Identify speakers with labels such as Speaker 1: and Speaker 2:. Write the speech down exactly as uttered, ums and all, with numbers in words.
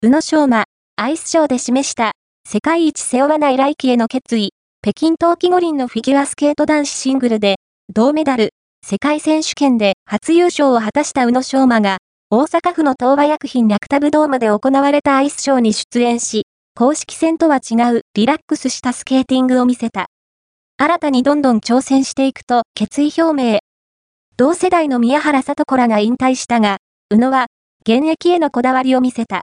Speaker 1: 宇野昌磨、アイスショーで示した世界一背負わない来季への決意。北京冬季五輪のフィギュアスケート男子シングルで銅メダル、世界選手権で初優勝を果たした宇野昌磨が大阪府の東和薬品ラクタブドームで行われたアイスショーに出演し、公式戦とは違うリラックスしたスケーティングを見せた。新たにどんどん挑戦していくと決意表明。同世代の宮原知子らが引退したが、宇野は現役へのこだわりを見せた。